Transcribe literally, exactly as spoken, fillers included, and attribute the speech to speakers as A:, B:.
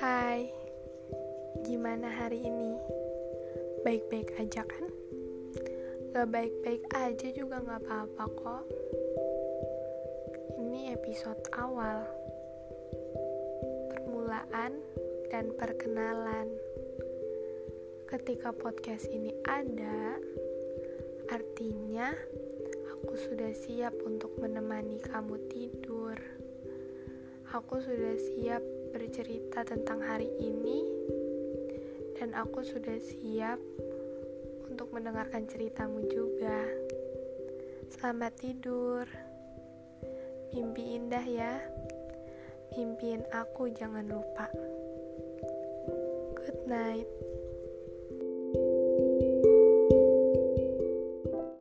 A: Hai, gimana hari ini? Baik-baik aja kan? Gak baik-baik aja juga gak apa-apa kok. Ini episode awal, permulaan dan perkenalan. Ketika podcast ini ada, artinya aku sudah siap untuk menemani kamu tidur. Aku sudah siap bercerita tentang hari ini, dan aku sudah siap untuk mendengarkan ceritamu juga. Selamat tidur, mimpi indah ya. Mimpiin aku, jangan lupa. Good night.